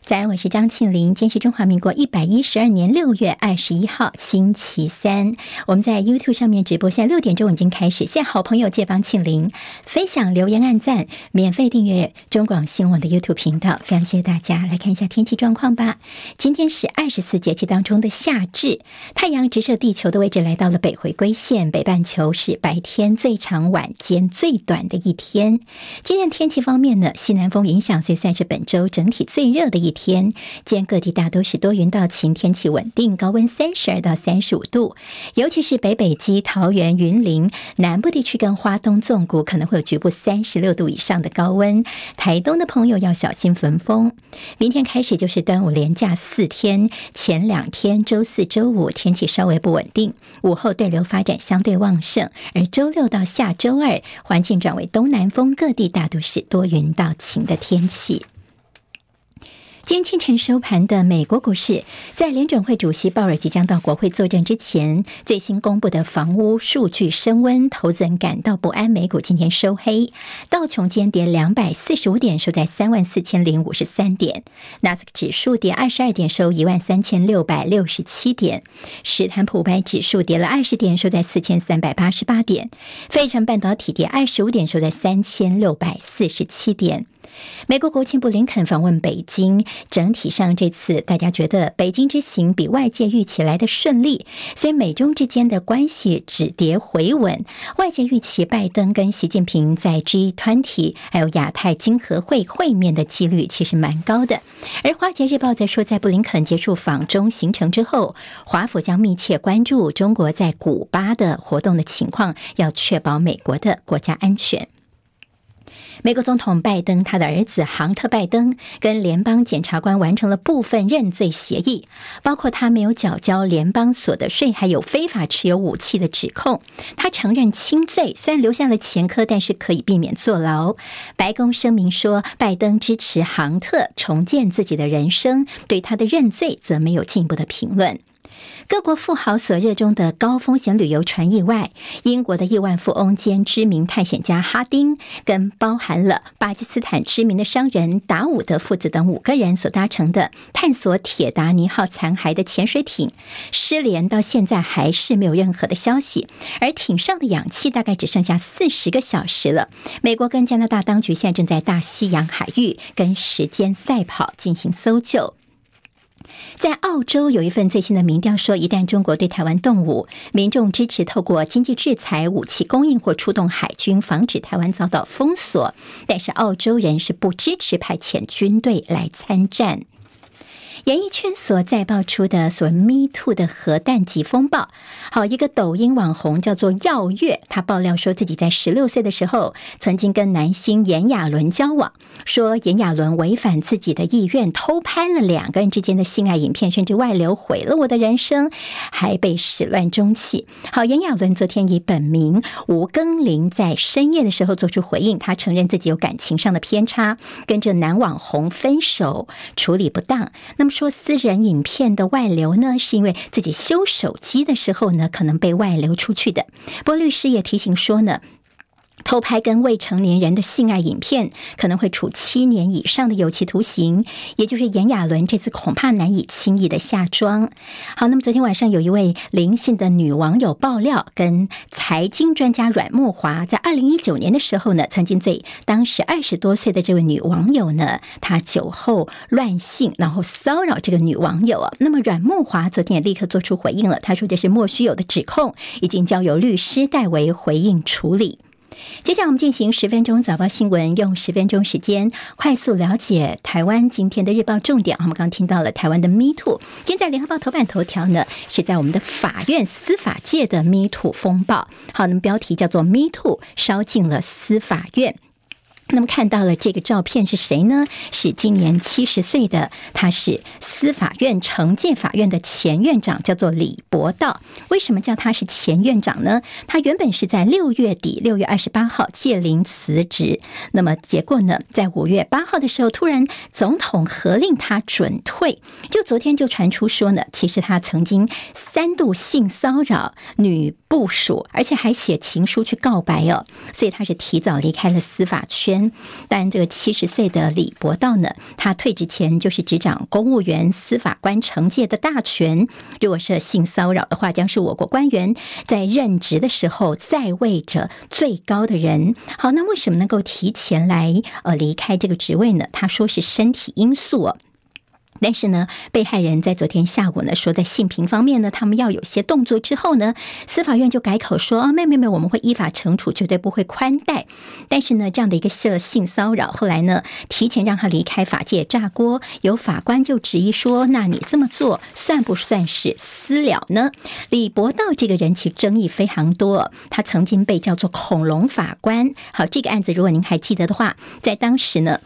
早安，我是张庆玲。今天是中华民国112年6月21号，星期三。我们在 YouTube 上面直播，现在6点钟已经开始。现在好朋友借帮庆玲分享、留言、按赞，免费订阅中广新闻的 YouTube 频道，非常谢谢大家。来看一下天气状况吧。今天是24节气当中的夏至，太阳直射地球的位置来到了北回归线，北半球是白天最长、晚间最短的一天。今天天气方面呢，西南风影响，所以算是本周整体最热的一天。今天各地大都是多云到晴，天气稳定，高温32到35度，尤其是北基、桃园、云林南部地区跟花东纵谷可能会有局部36度以上的高温，台东的朋友要小心焚风。明天开始就是端午连假4天，前2天周4、周5天气稍微不稳定，午后对流发展相对旺盛，而周6到下周2环境转为东南风，各地大都是多云到晴的天气。今天清晨收盘的美国股市，在联准会主席鲍尔即将到国会作证之前，最新公布的房屋数据升温，投资人感到不安，美股今天收黑，道琼今天跌245点，收在34053点，纳斯达克指数跌22点，收13667点，史坦普500指数跌了20点，收在4388点，费城半导体跌25点，收在3647点。美国国务卿布林肯访问北京，整体上这次大家觉得北京之行比外界预期来的顺利，所以美中之间的关系止跌回稳。外界预期拜登跟习近平在 G20 还有亚太经合会会面的几率其实蛮高的。而华尔街日报在说，在布林肯结束访中行程之后，华府将密切关注中国在古巴的活动的情况，要确保美国的国家安全。美国总统拜登他的儿子杭特·拜登跟联邦检察官完成了部分认罪协议，包括他没有缴交联邦所得税，还有非法持有武器的指控。他承认轻罪，虽然留下了前科，但是可以避免坐牢。白宫声明说，拜登支持杭特重建自己的人生，对他的认罪则没有进一步的评论。各国富豪所热衷的高风险旅游船意外，英国的亿万富翁兼知名探险家哈丁，跟包含了巴基斯坦知名的商人达伍德父子等5个人所搭乘的探索铁达尼号残骸的潜水艇失联，到现在还是没有任何的消息，而艇上的氧气大概只剩下40个小时了。美国跟加拿大当局现在正在大西洋海域跟时间赛跑进行搜救。在澳洲有一份最新的民调说，一旦中国对台湾动武，民众支持透过经济制裁、武器供应或出动海军，防止台湾遭到封锁。但是澳洲人是不支持派遣军队来参战。演艺圈所再爆出的所谓 Me Too 的核弹级风暴，好，一个抖音网红叫做耀月，他爆料说自己在16岁的时候曾经跟男星炎亚纶交往，说炎亚纶违反自己的意愿偷拍了2个人之间的性爱影片，甚至外流，毁了我的人生，还被始乱终弃。好，炎亚纶昨天以本名吴庚林在深夜的时候做出回应，他承认自己有感情上的偏差，跟这男网红分手，处理不当。那么说私人影片的外流呢，是因为自己修手机的时候呢，可能被外流出去的。不过律师也提醒说呢，偷拍跟未成年人的性爱影片可能会处7年以上的有期徒刑，也就是炎亚纶这次恐怕难以轻易的下庄。好，那么昨天晚上有一位林姓的女网友爆料，跟财经专家阮慕华在2019年的时候呢，曾经对当时20多岁的这位女网友呢，她酒后乱性，然后骚扰这个女网友。那么阮慕华昨天也立刻做出回应了，他说这是莫须有的指控，已经交由律师代为回应处理。接下来我们进行10分钟早报新闻，用10分钟时间快速了解台湾今天的日报重点。我们刚刚听到了台湾的 Me Too， 今天在联合报头版头条呢，是在我们的法院司法界的 Me Too 风暴。好，那么标题叫做 Me Too 烧进了司法院。那么看到了这个照片是谁呢？是今年70岁的，他是司法院惩戒法院的前院长，叫做李博道。为什么叫他是前院长呢？他原本是在6月底6月28号届龄辞职，那么结果呢，在5月8号的时候，突然总统核令他准退。就昨天就传出说呢，其实他曾经3度性骚扰女部属，而且还写情书去告白哦，所以他是提早离开了司法圈。 间。但这个70岁的李伯道呢，他退职前就是执掌公务员、司法官惩戒的大权。如果是性骚扰的话，将是我国官员在任职的时候在位者最高的人。好，那为什么能够提前来离开这个职位呢？他说是身体因素但是呢，被害人在昨天下午呢说，在性平方面呢，他们要有些动作之后呢，司法院就改口说没，我们会依法惩处，绝对不会宽待。但是呢，这样的一个性骚扰，后来呢，提前让他离开法界炸锅，有法官就质疑说，那你这么做算不算是私了呢？李伯道这个人其实争议非常多，他曾经被叫做恐龙法官。好，这个案子如果您还记得的话，在当时呢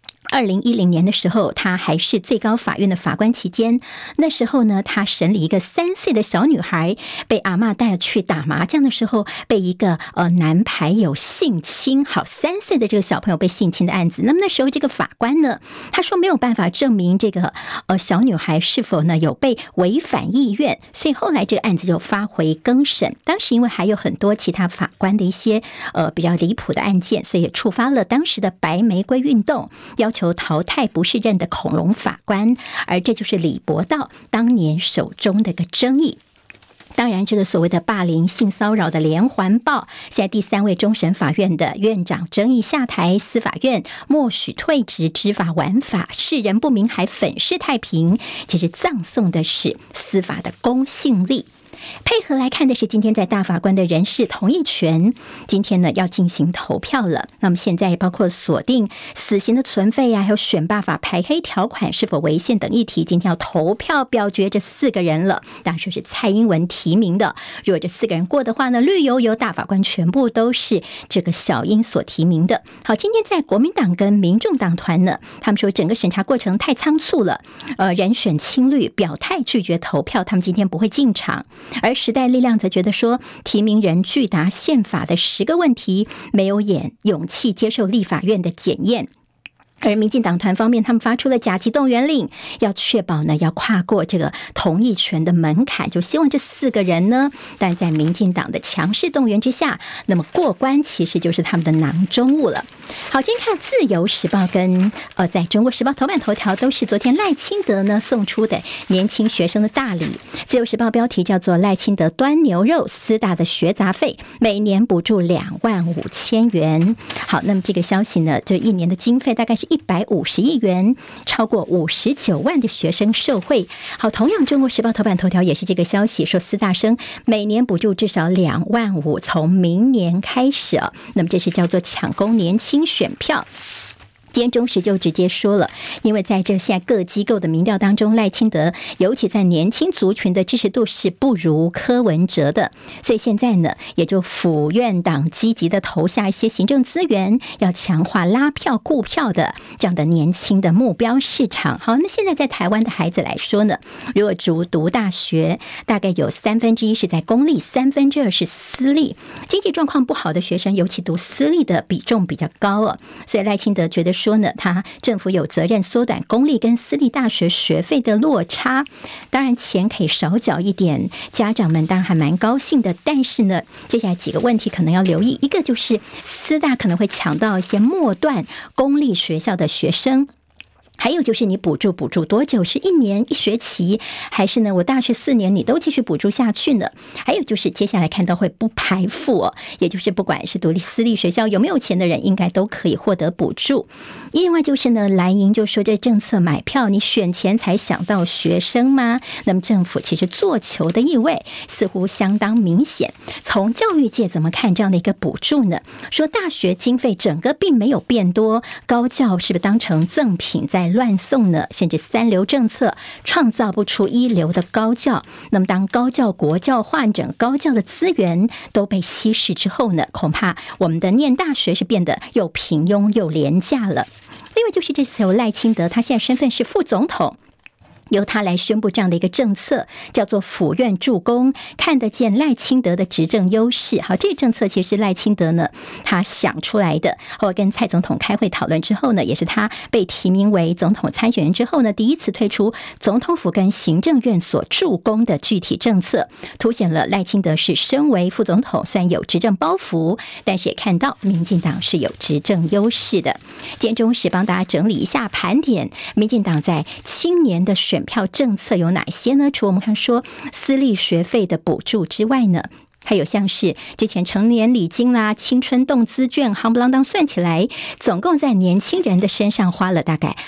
2010年的时候，他还是最高法院的法官期间，那时候呢，他审理一个3岁的小女孩被阿嬷带去打麻将的时候，被一个男牌友性侵。好，3岁的这个小朋友被性侵的案子，那么那时候这个法官呢，他说没有办法证明这个小女孩是否呢有被违反意愿，所以后来这个案子就发回更审。当时因为还有很多其他法官的一些比较离谱的案件，所以也触发了当时的白玫瑰运动，要求淘汰不是任的恐龙法官，而这就是李伯道当年手中的个争议。当然，这个所谓的霸凌性骚扰的连环报，现在第3位终审法院的院长争议下台，司法院默许退职，知法玩法，世人不明还粉饰太平，其实葬送的是司法的公信力。配合来看的是今天在大法官的人事同意权，今天呢要进行投票了。那么现在包括锁定死刑的存废还有选罢法排黑条款是否违宪等议题，今天要投票表决这4个人了。当然说是蔡英文提名的，如果这4个人过的话呢，绿油油大法官全部都是这个小英所提名的。好，今天在国民党跟民众党团呢，他们说整个审查过程太仓促了，人选青绿表态拒绝投票，他们今天不会进场。而时代力量则觉得说，提名人拒答宪法的10个问题，没有勇气接受立法院的检验。而民进党团方面，他们发出了甲级动员令，要确保呢要跨过这个同意权的门槛，就希望这4个人呢，但在民进党的强势动员之下，那么过关其实就是他们的囊中物了。好，今天看自由时报跟在中国时报头版头条都是昨天赖清德呢送出的年轻学生的大礼。自由时报标题叫做赖清德端牛肉，师大的学杂费每年补助25000元。好，那么这个消息呢，这1年的经费大概是150亿元，超过59万的学生受惠。好，同样中国时报头版头条也是这个消息，说师大生每年补助至少25000，从明年开始那么这是叫做抢攻年轻选票。今天中时就直接说了，因为在这现在各机构的民调当中，赖清德尤其在年轻族群的支持度是不如柯文哲的，所以现在呢，也就府院党积极的投下一些行政资源，要强化拉票顾票的这样的年轻的目标市场。好，那现在在台湾的孩子来说呢，如果读大学，大概有1/3是在公立，2/3是私立，经济状况不好的学生，尤其读私立的比重比较高所以赖清德觉得说呢，他政府有责任缩短公立跟私立大学学费的落差，当然钱可以少缴一点，家长们当然还蛮高兴的。但是呢，接下来几个问题可能要留意，一个就是私大可能会抢到一些末段公立学校的学生。还有就是你补助多久，是1年1学期，还是呢我大学4年你都继续补助下去呢？还有就是接下来看到会不排富也就是不管是独立私立学校有没有钱的人，应该都可以获得补助。另外就是呢，蓝营就说这政策买票，你选前才想到学生吗？那么政府其实做球的意味似乎相当明显。从教育界怎么看这样的一个补助呢？说大学经费整个并没有变多，高教是不是当成赠品在乱送呢？甚至3流政策创造不出1流的高教。那么当高教国教换整高教的资源都被稀释之后呢，恐怕我们的念大学是变得又平庸又廉价了。另外就是这次有赖清德，他现在身份是副总统， 由他来宣布这样的一个政策，叫做府院助攻，看得见赖清德的执政优势。好，这个政策其实赖清德呢他想出来的，后来跟蔡总统开会讨论之后呢，也是他被提名为总统参选人之后呢，第一次推出总统府跟行政院所助攻的具体政策，凸显了赖清德是身为副总统虽然有执政包袱，但是也看到民进党是有执政优势的。今天中时帮大家整理一下盘点民进党在青年的选票政策有哪些呢？除了我们看说私立学费的补助之外呢，还有像是之前成年礼金啦、青春动资券，夯不啷当算起来，总共在年轻人的身上花了大概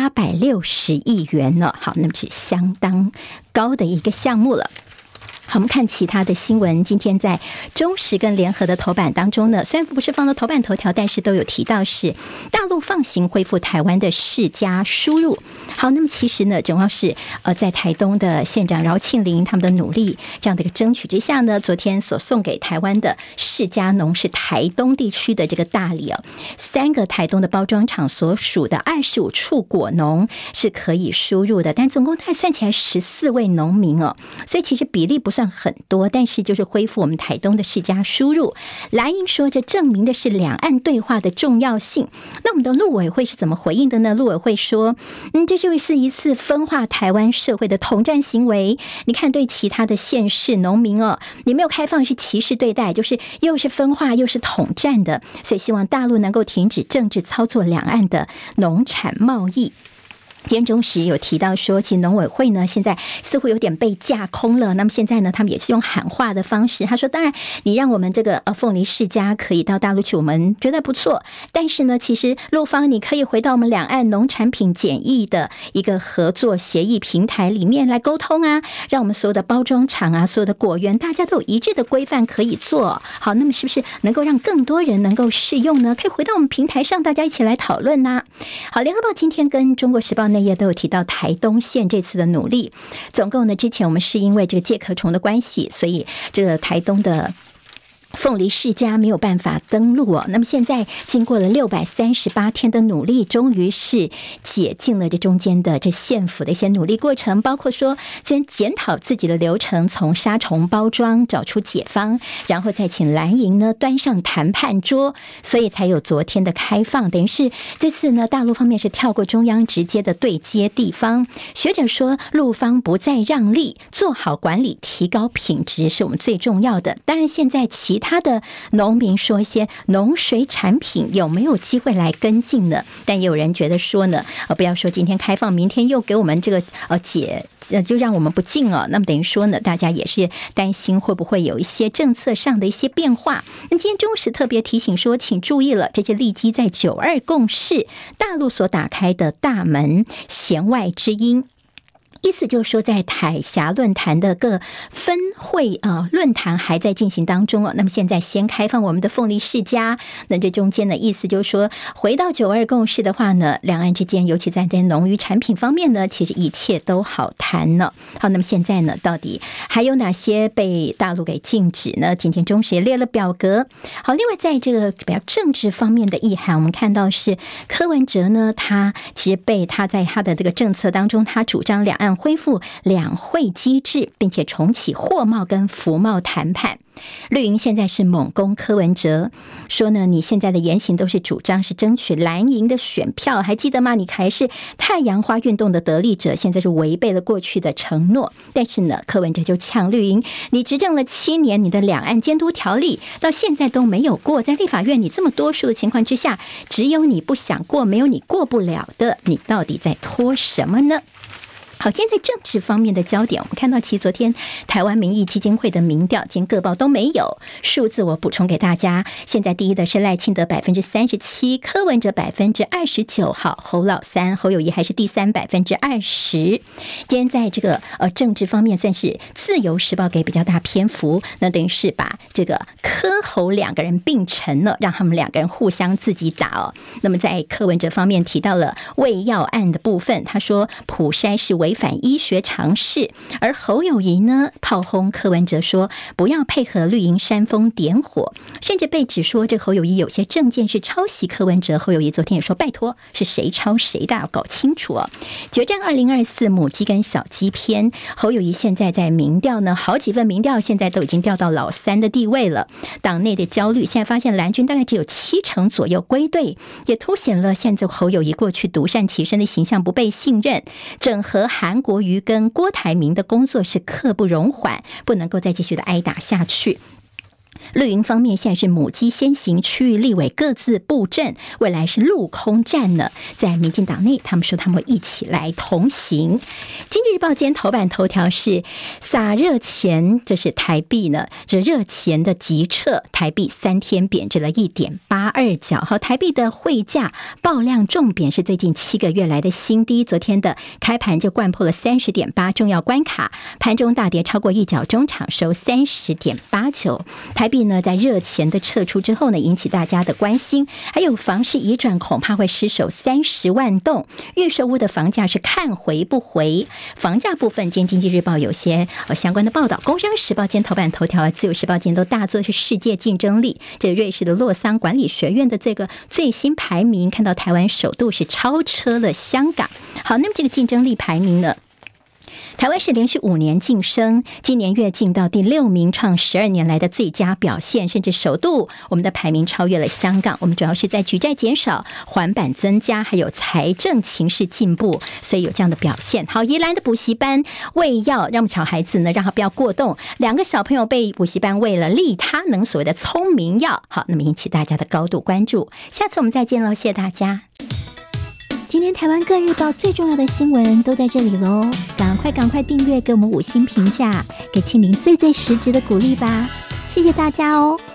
860亿元呢。好，那么是相当高的一个项目了。好，我们看其他的新闻。今天在中时跟联合的头版当中呢，虽然不是放到头版头条，但是都有提到是大陆放行恢复台湾的世家输入。好，那么其实呢，主要是在台东的县长饶庆林他们的努力这样的一个争取之下呢，昨天所送给台湾的世家农是台东地区的这个大礼3个台东的包装厂所属的25处果农是可以输入的，但总共算起来14位农民所以其实比例不算很多，但是就是恢复我们台东的世家输入。蓝营说这证明的是两岸对话的重要性。那我们的陆委会是怎么回应的呢？陆委会说这是一次分化台湾社会的统战行为。你看对其他的县市农民你没有开放是歧视对待，就是又是分化又是统战的，所以希望大陆能够停止政治操作两岸的农产贸易。今天中时有提到说，其实农委会呢现在似乎有点被架空了，那么现在呢他们也是用喊话的方式，他说当然你让我们这个凤梨世家可以到大陆去，我们觉得不错，但是呢其实陆方你可以回到我们两岸农产品检疫的一个合作协议平台里面来沟通啊，让我们所有的包装厂啊，所有的果园大家都有一致的规范可以做好，那么是不是能够让更多人能够适用呢？可以回到我们平台上大家一起来讨论啊。好，联合报今天跟中国时报内页都有提到台东县这次的努力，总共呢之前我们是因为这个介壳虫的关系，所以这个台东的凤梨世家没有办法登陆那么现在经过了638天的努力，终于是解禁了这中间的这县府的一些努力过程，包括说先检讨自己的流程，从杀虫包装找出解方，然后再请蓝营呢端上谈判桌，所以才有昨天的开放。等于是这次呢大陆方面是跳过中央，直接的对接地方。学者说陆方不再让利，做好管理提高品质是我们最重要的。当然现在其他的农民说一些农水产品有没有机会来跟进呢？但也有人觉得说呢不要说今天开放明天又给我们这个就让我们不进那么等于说呢大家也是担心会不会有一些政策上的一些变化。那今天中时特别提醒说，请注意了，这是立基在9·2共识大陆所打开的大门，弦外之音。意思就是说，在海峡论坛的各分会论坛还在进行当中那么现在先开放我们的凤梨世家，那这中间的意思就是说，回到9·2共识的话呢，两岸之间尤其在农渔产品方面呢，其实一切都好谈呢。好，那么现在呢，到底还有哪些被大陆给禁止呢？今天中时也列了表格。好，另外在这个比较政治方面的意涵，我们看到是柯文哲呢，他其实他在他的这个政策当中，他主张两岸恢复两会机制，并且重启货贸跟服贸谈判。绿营现在是猛攻柯文哲，说呢你现在的言行都是主张是争取蓝营的选票，还记得吗？你还是太阳花运动的得利者，现在是违背了过去的承诺。但是呢柯文哲就呛绿营，你执政了7年，你的两岸监督条例到现在都没有过，在立法院你这么多数的情况之下，只有你不想过，没有你过不了的，你到底在拖什么呢？好，今天在政治方面的焦点，我们看到其实昨天台湾民意基金会的民调，今天各报都没有数字，我补充给大家。现在第一的是赖清德37%，柯文哲29%，好，侯老三侯友宜还是第320%。今天在这个政治方面，算是自由时报给比较大篇幅，那等于是把这个柯侯两个人并成了，让他们两个人互相自己打那么在柯文哲方面提到了卫药案的部分，他说普筛是违反医学常识。而侯友宜呢，炮轰柯文哲说不要配合绿营煽风点火，甚至被指说这侯友宜有些政见是抄袭柯文哲。侯友宜昨天也说拜托，是谁抄谁的要搞清楚哦。决战2024母鸡跟小鸡篇，侯友宜现在在民调呢，好几份民调现在都已经掉到老3的地位了。党内的焦虑，现在发现蓝军大概只有70%左右归队，也凸显了现在侯友宜过去独善其身的形象不被信任。整合韩国瑜跟郭台铭的工作是刻不容缓，不能够再继续的挨打下去。绿营方面现在是母鸡先行，区域立委各自布阵，未来是陆空战呢。在民进党内，他们说他们会一起来同行。经济日报今天头版头条是撒热钱，这是台币呢，这热钱的急撤，台币3天贬值了1.82角。好，台币的汇价爆量重贬，是最近7个月来的新低。昨天的开盘就掼破了30.8重要关卡，盘中大跌超过1角，中场收30.89。台币呢，在热钱的撤出之后呢，引起大家的关心。还有房市移转恐怕会失守30万栋，预售屋的房价是看回不回。房价部分，今天经济日报有些相关的报道，工商时报今天头版头条，自由时报今天都大做是世界竞争力。这瑞士的洛桑管理学院的这个最新排名，看到台湾首度是超车了香港。好，那么这个竞争力排名呢，台湾是连续5年晋升，今年跃进到第6名，创12年来的最佳表现，甚至首度我们的排名超越了香港。我们主要是在举债减少、环版增加，还有财政情势进步，所以有这样的表现。好，宜兰的补习班喂药，让小孩子呢让他不要过动，2个小朋友被补习班喂了利他能所谓的聪明药。好，那么引起大家的高度关注。下次我们再见喽，谢谢大家。今天台湾各日报最重要的新闻都在这里喽，赶快订阅，给我们5星评价，给庆玲最实质的鼓励吧，谢谢大家哦。